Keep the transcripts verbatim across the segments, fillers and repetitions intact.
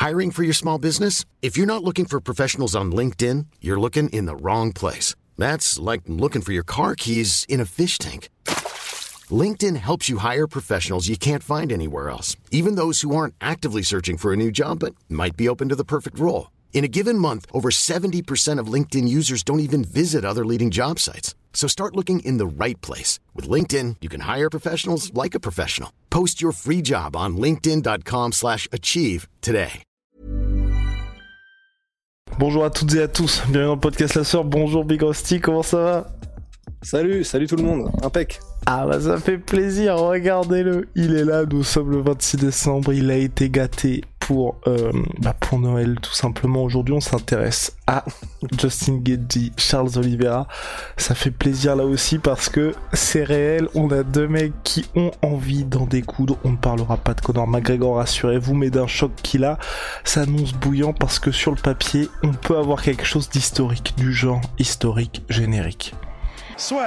Hiring for your small business? If you're not looking for professionals on LinkedIn, you're looking in the wrong place. That's like looking for your car keys in a fish tank. LinkedIn helps you hire professionals you can't find anywhere else, even those who aren't actively searching for a new job but might be open to the perfect role. In a given month, over seventy percent of LinkedIn users don't even visit other leading job sites. So start looking in the right place. With LinkedIn, you can hire professionals like a professional. Post your free job on linkedin.com slash achieve today. Bonjour à toutes et à tous, bienvenue dans le podcast La Sœur. Bonjour Big Rusty, comment ça va? Salut, salut tout le monde, impec. Ah bah ça fait plaisir, regardez-le, il est là, nous sommes le vingt-six décembre, il a été gâté pour, euh, bah pour Noël tout simplement. Aujourd'hui on s'intéresse à Justin Gaethje, Charles Oliveira. Ça fait plaisir là aussi parce que c'est réel, on a deux mecs qui ont envie d'en découdre. On ne parlera pas de Conor McGregor, rassurez-vous, mais d'un choc qu'il a, s'annonce bouillant parce que sur le papier on peut avoir quelque chose d'historique, du genre historique générique. Soit.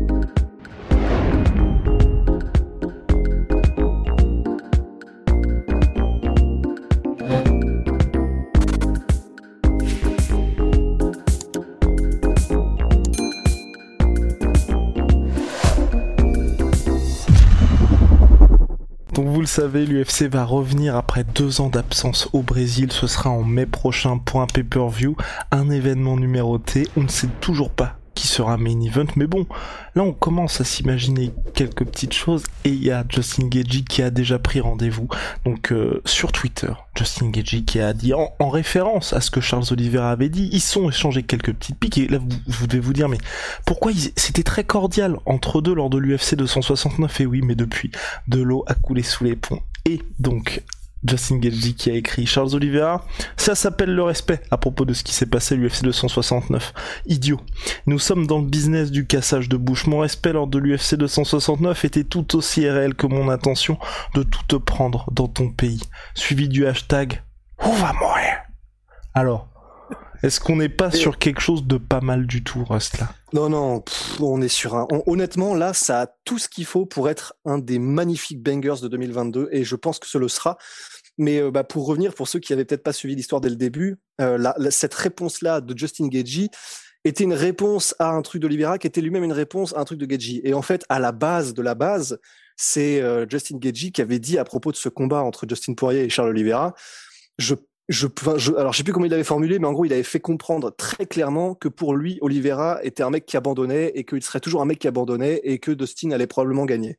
Donc vous le savez, l'U F C va revenir après deux ans d'absence au Brésil. Ce sera en mai prochain pour un pay-per-view, un événement numéroté. On ne sait toujours pas qui sera main event, mais bon, là on commence à s'imaginer quelques petites choses et il y a Justin Gaethje qui a déjà pris rendez-vous. Donc euh, sur Twitter, Justin Gaethje qui a dit en, en référence à ce que Charles Oliveira avait dit, ils sont échangés quelques petites piques et là vous, vous devez vous dire mais pourquoi ils, c'était très cordial entre deux lors de l'U F C deux cent soixante-neuf. Et oui, mais depuis de l'eau a coulé sous les ponts. Et donc Justin Gaethje qui a écrit Charles Oliveira, ça s'appelle le respect à propos de ce qui s'est passé à l'U F C deux cent soixante-neuf. Idiot. Nous sommes dans le business du cassage de bouche. Mon respect lors de l'U F C deux cent soixante-neuf était tout aussi réel que mon intention de tout te prendre dans ton pays. Suivi du hashtag on va mourir. Alors, est-ce qu'on n'est pas Et... sur quelque chose de pas mal du tout, Rust, là? Non, non, pff, on est sur un... On, honnêtement, là, ça a tout ce qu'il faut pour être un des magnifiques bangers de deux mille vingt-deux, et je pense que ce le sera. Mais euh, bah, pour revenir, pour ceux qui n'avaient peut-être pas suivi l'histoire dès le début, euh, la, la, cette réponse-là de Justin Gaethje était une réponse à un truc d'Oliveira qui était lui-même une réponse à un truc de Gaethje. Et en fait, à la base de la base, c'est euh, Justin Gaethje qui avait dit à propos de ce combat entre Justin Poirier et Charles Oliveira, je Je, je, alors je sais plus comment il l'avait formulé, mais en gros il avait fait comprendre très clairement que pour lui Oliveira était un mec qui abandonnait et qu'il serait toujours un mec qui abandonnait et que Dustin allait probablement gagner.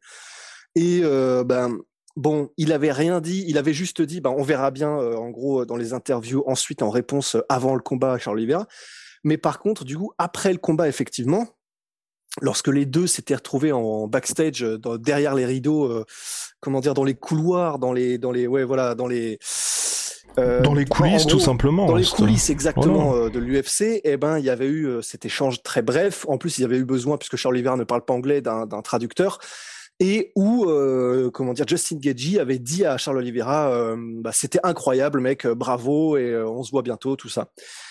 Et euh, ben bon, il avait rien dit, il avait juste dit, ben on verra bien euh, en gros dans les interviews ensuite en réponse euh, avant le combat à Charles Oliveira. Mais par contre du coup après le combat effectivement, lorsque les deux s'étaient retrouvés en backstage dans, derrière les rideaux, euh, comment dire, dans les couloirs, dans les dans les ouais voilà dans les Euh, dans les coulisses, gros, tout simplement. Dans les coulisses, c'est... exactement, voilà. euh, de l'U F C, eh ben, il y avait eu euh, cet échange très bref. En plus, il y avait eu besoin, puisque Charles Oliveira ne parle pas anglais, d'un, d'un traducteur. Et où, euh, comment dire, Justin Gaethje avait dit à Charles Oliveira, euh, bah, c'était incroyable, mec, euh, bravo, et euh, on se voit bientôt, tout ça.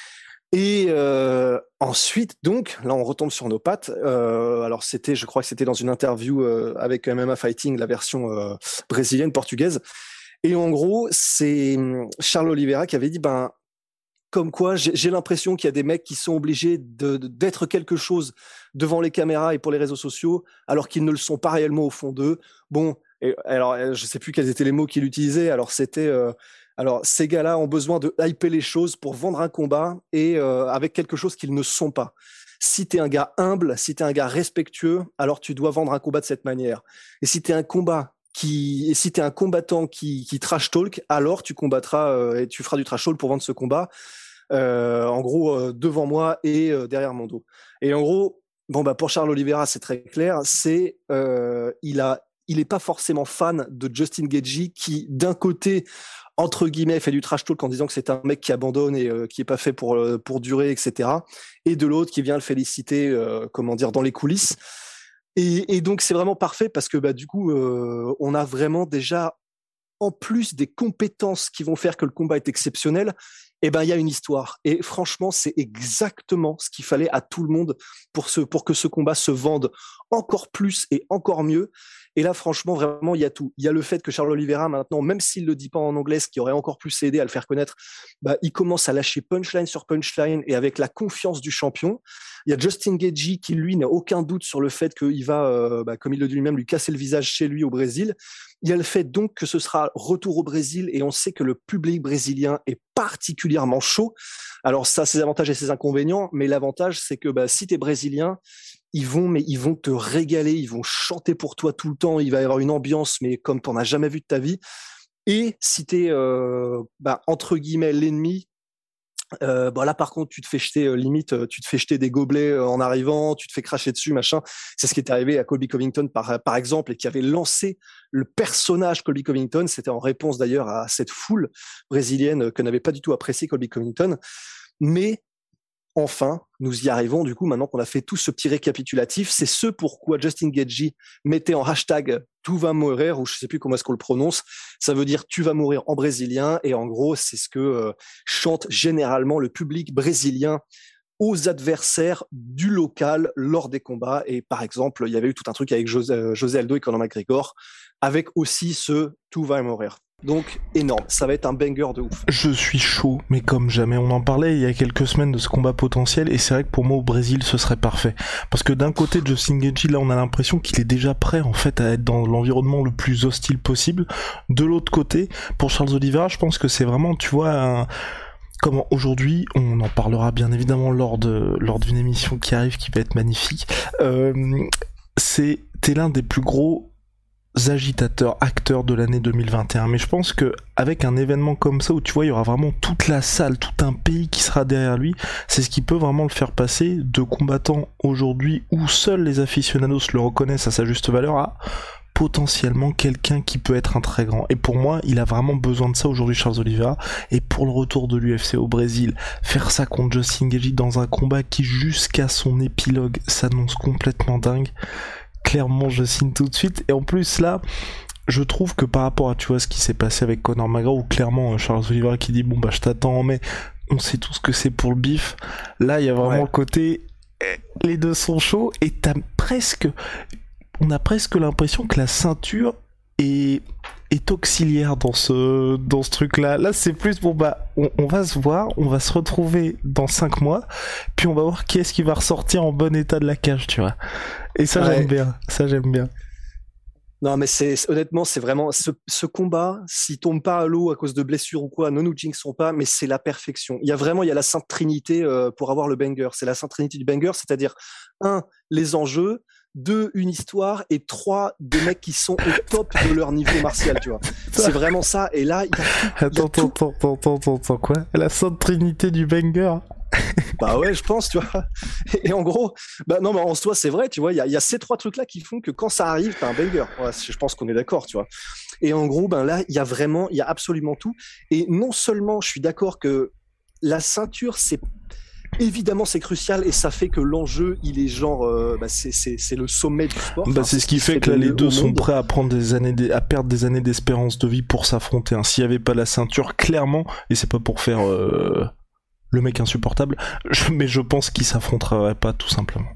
Et euh, ensuite, donc, là, on retombe sur nos pattes. Euh, alors, c'était, je crois que c'était dans une interview euh, avec M M A Fighting, la version euh, brésilienne, portugaise. Et en gros, c'est Charles Oliveira qui avait dit, ben, comme quoi, j'ai, j'ai l'impression qu'il y a des mecs qui sont obligés de, de, d'être quelque chose devant les caméras et pour les réseaux sociaux, alors qu'ils ne le sont pas réellement au fond d'eux. Bon, et, alors, je sais plus quels étaient les mots qu'il utilisait. Alors, c'était, euh, alors, ces gars-là ont besoin de hyper les choses pour vendre un combat et euh, avec quelque chose qu'ils ne sont pas. Si t'es un gars humble, si t'es un gars respectueux, alors tu dois vendre un combat de cette manière. Et si t'es un combat Qui, et si t'es un combattant qui, qui trash talk, alors tu combattras euh, et tu feras du trash talk pour vendre ce combat. Euh, en gros, euh, devant moi et euh, derrière mon dos. Et en gros, bon bah pour Charles Oliveira, c'est très clair. C'est euh, il a, il est pas forcément fan de Justin Gaethje qui, d'un côté, entre guillemets, fait du trash talk en disant que c'est un mec qui abandonne et euh, qui est pas fait pour euh, pour durer, et cetera. Et de l'autre, qui vient le féliciter, euh, comment dire, dans les coulisses. Et, et donc c'est vraiment parfait parce que bah du coup euh, on a vraiment déjà, en plus des compétences qui vont faire que le combat est exceptionnel, eh ben il y a une histoire. Et franchement, c'est exactement ce qu'il fallait à tout le monde pour ce, pour que ce combat se vende encore plus et encore mieux. Et là, franchement, vraiment, il y a tout. Il y a le fait que Charles Oliveira, maintenant, même s'il le dit pas en anglais, ce qui aurait encore plus aidé à le faire connaître, bah, il commence à lâcher punchline sur punchline et avec la confiance du champion. Il y a Justin Gaethje qui, lui, n'a aucun doute sur le fait qu'il va, euh, bah, comme il le dit lui-même, lui casser le visage chez lui au Brésil. Il y a le fait donc que ce sera retour au Brésil et on sait que le public brésilien est particulièrement chaud. Alors ça, ses avantages et ses inconvénients, mais l'avantage, c'est que bah, si t'es brésilien, ils vont, mais ils vont te régaler, ils vont chanter pour toi tout le temps, il va y avoir une ambiance, mais comme t'en as jamais vu de ta vie. Et si t'es, euh, bah, entre guillemets, l'ennemi, Euh, bah là par contre tu te fais jeter euh, limite euh, tu te fais jeter des gobelets euh, en arrivant, tu te fais cracher dessus machin. C'est ce qui est arrivé à Colby Covington par par exemple et qui avait lancé le personnage Colby Covington. C'était en réponse d'ailleurs à cette foule brésilienne euh, que n'avait pas du tout apprécié Colby Covington. Mais enfin, nous y arrivons. Du coup, maintenant qu'on a fait tout ce petit récapitulatif, c'est ce pourquoi Justin Gaethje mettait en hashtag tu vas mourir, ou je sais plus comment est-ce qu'on le prononce. Ça veut dire tu vas mourir en brésilien. Et en gros, c'est ce que euh, chante généralement le public brésilien aux adversaires du local lors des combats. Et par exemple, il y avait eu tout un truc avec José, euh, José Aldo et Conor McGregor, avec aussi ce tu vas mourir. Donc énorme, ça va être un banger de ouf. Je suis chaud, mais comme jamais. On en parlait il y a quelques semaines de ce combat potentiel, et c'est vrai que pour moi au Brésil ce serait parfait. Parce que d'un côté Justin Gaethje, là on a l'impression qu'il est déjà prêt en fait à être dans l'environnement le plus hostile possible. De l'autre côté, pour Charles Oliveira, je pense que c'est vraiment, tu vois, un... Comment aujourd'hui, on en parlera bien évidemment lors de lors d'une émission qui arrive qui va être magnifique. Euh, c'est t'es l'un des plus gros agitateurs, acteurs de l'année deux mille vingt et un, mais je pense que avec un événement comme ça où tu vois il y aura vraiment toute la salle, tout un pays qui sera derrière lui, c'est ce qui peut vraiment le faire passer de combattant aujourd'hui où seuls les aficionados le reconnaissent à sa juste valeur à potentiellement quelqu'un qui peut être un très grand. Et pour moi, il a vraiment besoin de ça aujourd'hui, Charles Oliveira. Et pour le retour de l'U F C au Brésil, faire ça contre Justin Gaethje dans un combat qui, jusqu'à son épilogue, s'annonce complètement dingue. Clairement, je signe tout de suite. Et en plus, là, je trouve que par rapport à, tu vois, ce qui s'est passé avec Conor McGregor, où clairement, Charles Oliveira qui dit, bon, bah, je t'attends, mais on sait tous que c'est pour le bif. Là, il y a vraiment ouais. le côté, les deux sont chauds, et t'as presque, on a presque l'impression que la ceinture est, est auxiliaire dans ce, dans ce truc-là. Là, c'est plus, bon, bah, on, on va se voir, on va se retrouver dans cinq mois, puis on va voir qui est-ce qui va ressortir en bon état de la cage, tu vois. Et ça, ouais. j'aime bien. Ça, j'aime bien. Non, mais c'est, honnêtement, c'est vraiment, ce, ce combat, s'il tombe pas à l'eau à cause de blessures ou quoi, ne nous jinxons pas, mais c'est la perfection. Il y a vraiment, il y a la Sainte Trinité euh, pour avoir le banger. C'est la Sainte Trinité du banger, c'est-à-dire, un, les enjeux, deux, une histoire, et trois, des mecs qui sont au top de leur niveau martial, tu vois. C'est vraiment ça, et là, il y a Attends, attends, attends, attends, attends, attends, quoi? La Sainte Trinité du banger? Bah ouais, je pense, tu vois. Et en gros, bah non, mais en soi, c'est vrai, tu vois, il y a, y a ces trois trucs-là qui font que quand ça arrive, t'as un banger. Ouais, je pense qu'on est d'accord, tu vois. Et en gros, ben là, il y a vraiment, il y a absolument tout. Et non seulement, je suis d'accord que la ceinture, c'est évidemment c'est crucial et ça fait que l'enjeu, il est genre, euh, bah c'est c'est c'est le sommet du sport. Bah enfin, c'est ce qui fait que là, les deux sont prêts à prendre des années, à perdre des années d'espérance de vie pour s'affronter. Hein. S'il y avait pas la ceinture, clairement, et c'est pas pour faire euh... le mec insupportable, je, mais je pense qu'il s'affronterait pas tout simplement.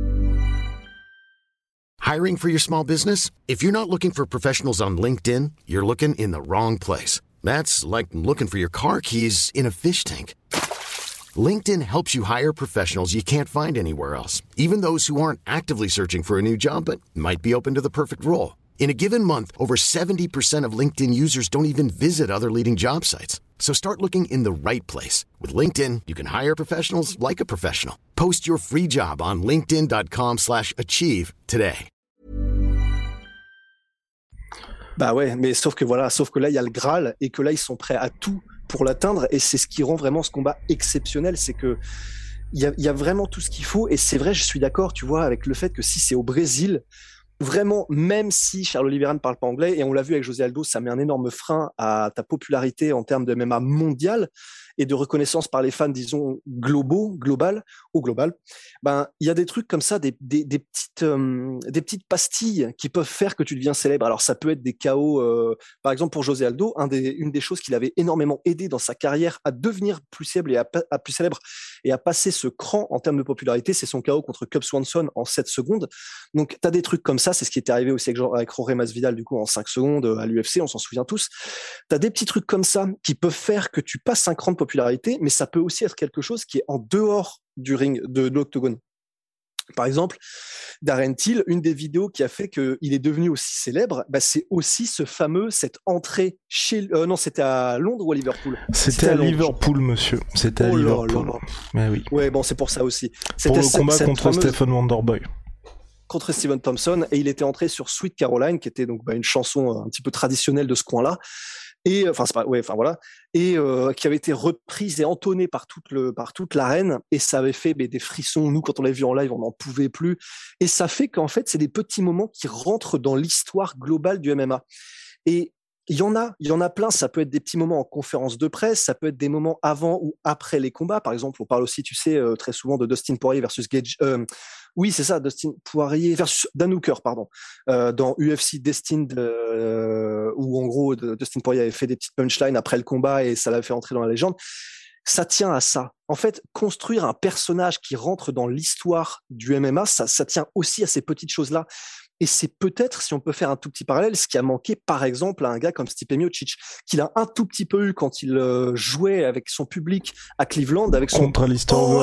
Hiring for your small business? If you're not looking for professionals on LinkedIn, you're looking in the wrong place. That's like looking for your car keys in a fish tank. LinkedIn helps you hire professionals you can't find anywhere else, even those who aren't actively searching for a new job but might be open to the perfect role. In a given month, over seventy percent of LinkedIn users don't even visit other leading job sites. So start looking in the right place. With LinkedIn, you can hire professionals like a professional. Post your free job on linkedin dot com slash achieve today. Bah ouais, mais sauf que voilà, sauf que là, il y a le Graal et que là, ils sont prêts à tout pour l'atteindre. Et c'est ce qui rend vraiment ce combat exceptionnel. C'est que il y a, il y a vraiment tout ce qu'il faut. Et c'est vrai, je suis d'accord, tu vois, avec le fait que si c'est au Brésil, vraiment, même si Charles Oliveira ne parle pas anglais, et on l'a vu avec José Aldo, ça met un énorme frein à ta popularité en termes de M M A mondial et de reconnaissance par les fans, disons, globaux, global, ou global. Ben, il y a des trucs comme ça, des, des, des petites, euh, des petites pastilles qui peuvent faire que tu deviens célèbre. Alors, ça peut être des K O, euh, par exemple, pour José Aldo, un des, une des choses qui l'avait énormément aidé dans sa carrière à devenir plus célèbre et à, à plus célèbre et à passer ce cran en termes de popularité, c'est son K O contre Cub Swanson en sept secondes. Donc, t'as des trucs comme ça, c'est ce qui était arrivé aussi avec, avec Jorge Masvidal, du coup, en cinq secondes à l'U F C, on s'en souvient tous. T'as des petits trucs comme ça qui peuvent faire que tu passes un cran de popularité, mais ça peut aussi être quelque chose qui est en dehors du ring, de, de l'octogone. Par exemple, Darren Till, une des vidéos qui a fait qu'il est devenu aussi célèbre, bah c'est aussi ce fameux, cette entrée chez... Euh, non, c'était à Londres ou à Liverpool? C'était, c'était à, à Londres, Liverpool, monsieur. C'était à oh Liverpool. Là là. Mais oui. Ouais, bon, c'est pour ça aussi. C'était pour le combat cette, contre cette fameuse... Stephen Wonderboy. Contre Stephen Thompson, et il était entré sur Sweet Caroline, qui était donc bah, une chanson un petit peu traditionnelle de ce coin-là. Et enfin c'est pas ouais enfin voilà et euh, qui avait été reprise et entonnée par toute le par toute l'arène, et ça avait fait mais, des frissons. Nous, quand on l'a vu en live, on n'en pouvait plus, et ça fait qu'en fait c'est des petits moments qui rentrent dans l'histoire globale du M M A. Et il y en a, il y en a plein. Ça peut être des petits moments en conférence de presse, ça peut être des moments avant ou après les combats. Par exemple, on parle aussi, tu sais, euh, très souvent de Dustin Poirier versus Gage. Euh, oui, c'est ça, Dustin Poirier versus Dan Hooker, pardon, euh, dans U F C Destined, euh, où en gros de, Dustin Poirier avait fait des petites punchlines après le combat et ça l'a fait entrer dans la légende. Ça tient à ça. En fait, construire un personnage qui rentre dans l'histoire du M M A, ça, ça tient aussi à ces petites choses-là. Et c'est peut-être, si on peut faire un tout petit parallèle, ce qui a manqué, par exemple, à un gars comme Stipe Miocic, qu'il a un tout petit peu eu quand il euh, jouait avec son public à Cleveland, avec son contre l'histoire oh,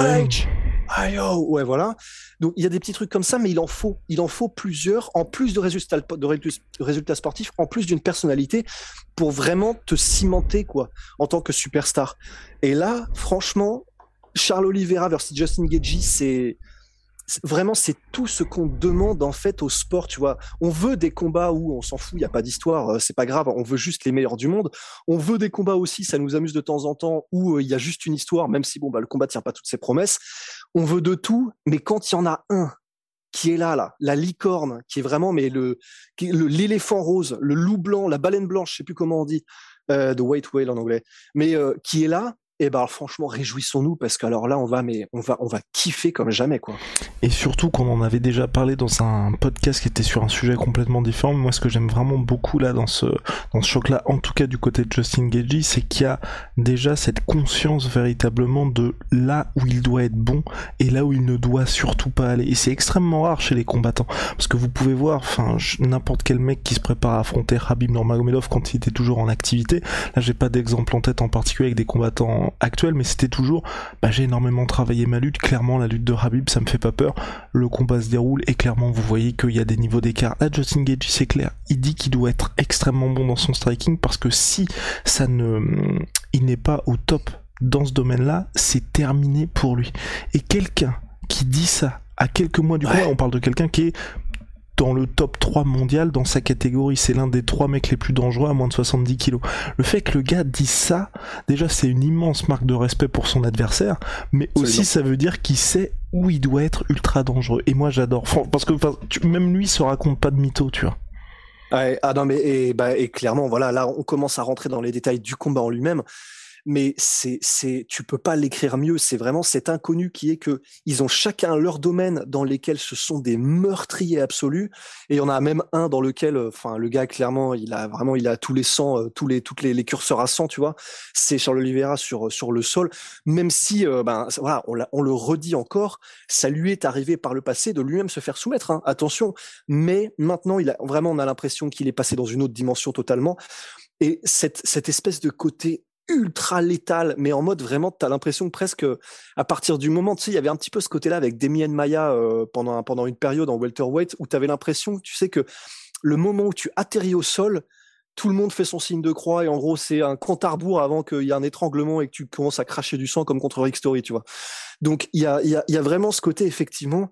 Aïe, oh, ouais, voilà. Donc il y a des petits trucs comme ça, mais il en faut, il en faut plusieurs, en plus de résultats, de résultats sportifs, en plus d'une personnalité, pour vraiment te cimenter quoi, en tant que superstar. Et là, franchement, Charles Oliveira versus Justin Gaethje, c'est vraiment, c'est tout ce qu'on demande en fait au sport, tu vois. On veut des combats où on s'en fout, il y a pas d'histoire, c'est pas grave, on veut juste les meilleurs du monde. On veut des combats aussi, ça nous amuse de temps en temps, où il y a juste une histoire, même si bon bah le combat tient pas toutes ses promesses. On veut de tout, mais quand il y en a un qui est là, là, la licorne, qui est vraiment mais le, le l'éléphant rose, le loup blanc, la baleine blanche, je sais plus comment on dit, euh, the white whale en anglais, mais euh, qui est là. Et ben franchement, réjouissons-nous, parce que alors là on va mais on va on va kiffer comme jamais quoi. Et surtout qu'on en avait déjà parlé dans un podcast qui était sur un sujet complètement différent. Moi, ce que j'aime vraiment beaucoup là dans ce dans ce choc là, en tout cas du côté de Justin Gaethje, c'est qu'il y a déjà cette conscience véritablement de là où il doit être bon et là où il ne doit surtout pas aller. Et c'est extrêmement rare chez les combattants, parce que vous pouvez voir, enfin n'importe quel mec qui se prépare à affronter Khabib Nurmagomedov quand il était toujours en activité. Là, j'ai pas d'exemple en tête en particulier avec des combattants actuel, mais c'était toujours bah, j'ai énormément travaillé ma lutte, clairement la lutte de Khabib ça me fait pas peur, le combat se déroule et clairement vous voyez qu'il y a des niveaux d'écart. Là, Justin Gaethje, c'est clair, il dit qu'il doit être extrêmement bon dans son striking, parce que si ça ne il n'est pas au top dans ce domaine-là, c'est terminé pour lui. Et quelqu'un qui dit ça à quelques mois du ouais. combat, on parle de quelqu'un qui est dans le top trois mondial dans sa catégorie, c'est l'un des trois mecs les plus dangereux à moins de soixante-dix kilos. Le fait que le gars dise ça, déjà c'est une immense marque de respect pour son adversaire, mais c'est aussi bien. Ça veut dire qu'il sait où il doit être ultra dangereux. Et moi j'adore, parce que tu, même lui se raconte pas de mytho, tu vois. Ouais, ah non mais et, bah, et clairement voilà, là on commence à rentrer dans les détails du combat en lui-même. Mais c'est, c'est, tu peux pas l'écrire mieux. C'est vraiment cet inconnu qui est que ils ont chacun leur domaine dans lesquels ce sont des meurtriers absolus. Et il y en a même un dans lequel, enfin, le gars, clairement, il a vraiment, il a tous les sangs, tous les, toutes les, les curseurs à sang, tu vois. C'est Charles Oliveira sur, sur le sol. Même si, euh, ben, voilà, on, l'a, on le redit encore, ça lui est arrivé par le passé de lui-même se faire soumettre, hein, attention. Mais maintenant, il a, vraiment, on a l'impression qu'il est passé dans une autre dimension totalement. Et cette, cette espèce de côté ultra létal, mais en mode vraiment, t'as l'impression que presque à partir du moment, tu sais, il y avait un petit peu ce côté-là avec Demian Maia euh, pendant pendant une période en welterweight où t'avais l'impression, tu sais, que le moment où tu atterris au sol, tout le monde fait son signe de croix et en gros c'est un compte à rebours avant qu'il y ait un étranglement et que tu commences à cracher du sang comme contre Rick Story, tu vois. Donc il y a il y a il y a vraiment ce côté effectivement.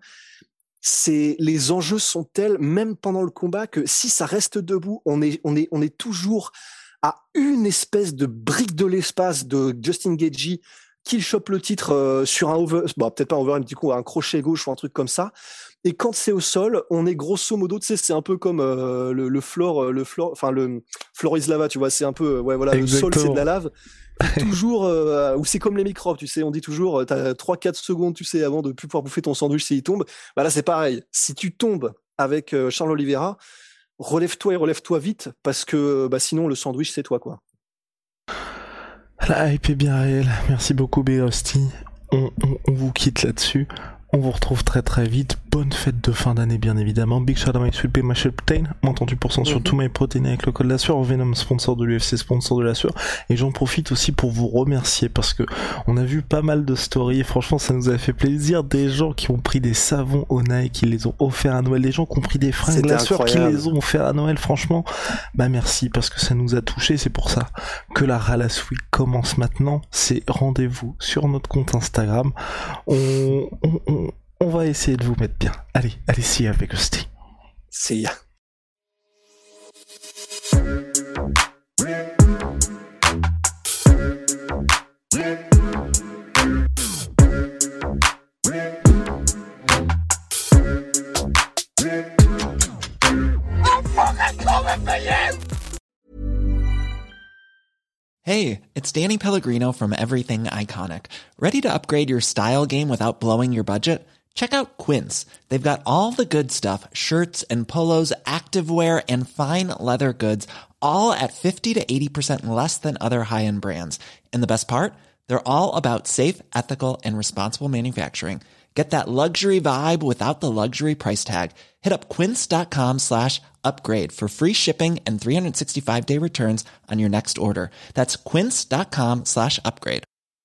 C'est les enjeux sont tels même pendant le combat que si ça reste debout, on est on est on est toujours à une espèce de brique de l'espace de Justin Gaethje qu'il chope le titre euh, sur un over, bon peut-être pas un over, mais du coup un crochet gauche ou un truc comme ça. Et quand c'est au sol, on est grosso modo, tu sais, c'est un peu comme euh, le, le floor, le floor, enfin le floor is lava, tu vois, c'est un peu, ouais, voilà, Exactement. le sol c'est de la lave. Toujours, euh, ou c'est comme les microbes, tu sais, on dit toujours, t'as trois quatre secondes, tu sais, avant de plus pouvoir bouffer ton sandwich s'il tombe. Bah là, c'est pareil. Si tu tombes avec euh, Charles Oliveira, relève-toi et relève-toi vite, parce que bah, sinon, le sandwich, c'est toi, quoi. La hype est bien réelle. Merci beaucoup, Big Rusty. On, on, on vous quitte là-dessus. On vous retrouve très très vite. Bonne fête de fin d'année, bien évidemment. Big shout out my sweet pea, my sweet protein. Moins trente-huit pour cent sur Mm-hmm. tout my protein avec le code la sueur. Venom, sponsor de l'U F C, sponsor de la sueur. Et j'en profite aussi pour vous remercier parce que on a vu pas mal de stories. Et franchement, ça nous a fait plaisir. Des gens qui ont pris des savons au Nike, qui les ont offerts à Noël. Des gens qui ont pris des fringues de la sueur, qui les ont offerts à Noël. Franchement, bah merci parce que ça nous a touchés. C'est pour ça que la Ralace Week commence maintenant. C'est rendez-vous sur notre compte Instagram. On, on, on On va essayer de vous mettre bien. Allez, allez, see ya avec Rusty. See ya. Hey, it's Danny Pellegrino from Everything Iconic. Ready to upgrade your style game without blowing your budget? Check out Quince. They've got all the good stuff, shirts and polos, activewear, and fine leather goods, all at fifty to eighty percent less than other high-end brands. And the best part? They're all about safe, ethical, and responsible manufacturing. Get that luxury vibe without the luxury price tag. Hit up quince.com slash upgrade for free shipping and three sixty-five day returns on your next order. That's quince.com slash upgrade.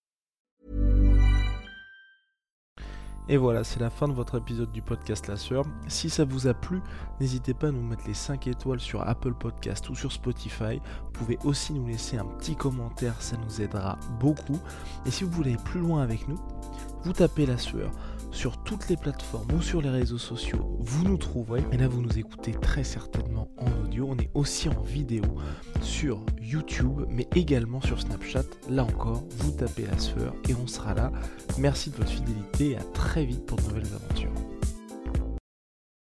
Et voilà, c'est la fin de votre épisode du podcast La Sueur. Si ça vous a plu, n'hésitez pas à nous mettre les cinq étoiles sur Apple Podcast ou sur Spotify. Vous pouvez aussi nous laisser un petit commentaire, ça nous aidera beaucoup. Et si vous voulez aller plus loin avec nous, vous tapez La Sueur sur toutes les plateformes ou sur les réseaux sociaux, vous nous trouverez. Et là, vous nous écoutez très certainement en audio. On est aussi en vidéo sur YouTube, mais également sur Snapchat. Là encore, vous tapez La Sueur et on sera là. Merci de votre fidélité et à très vite pour de nouvelles aventures.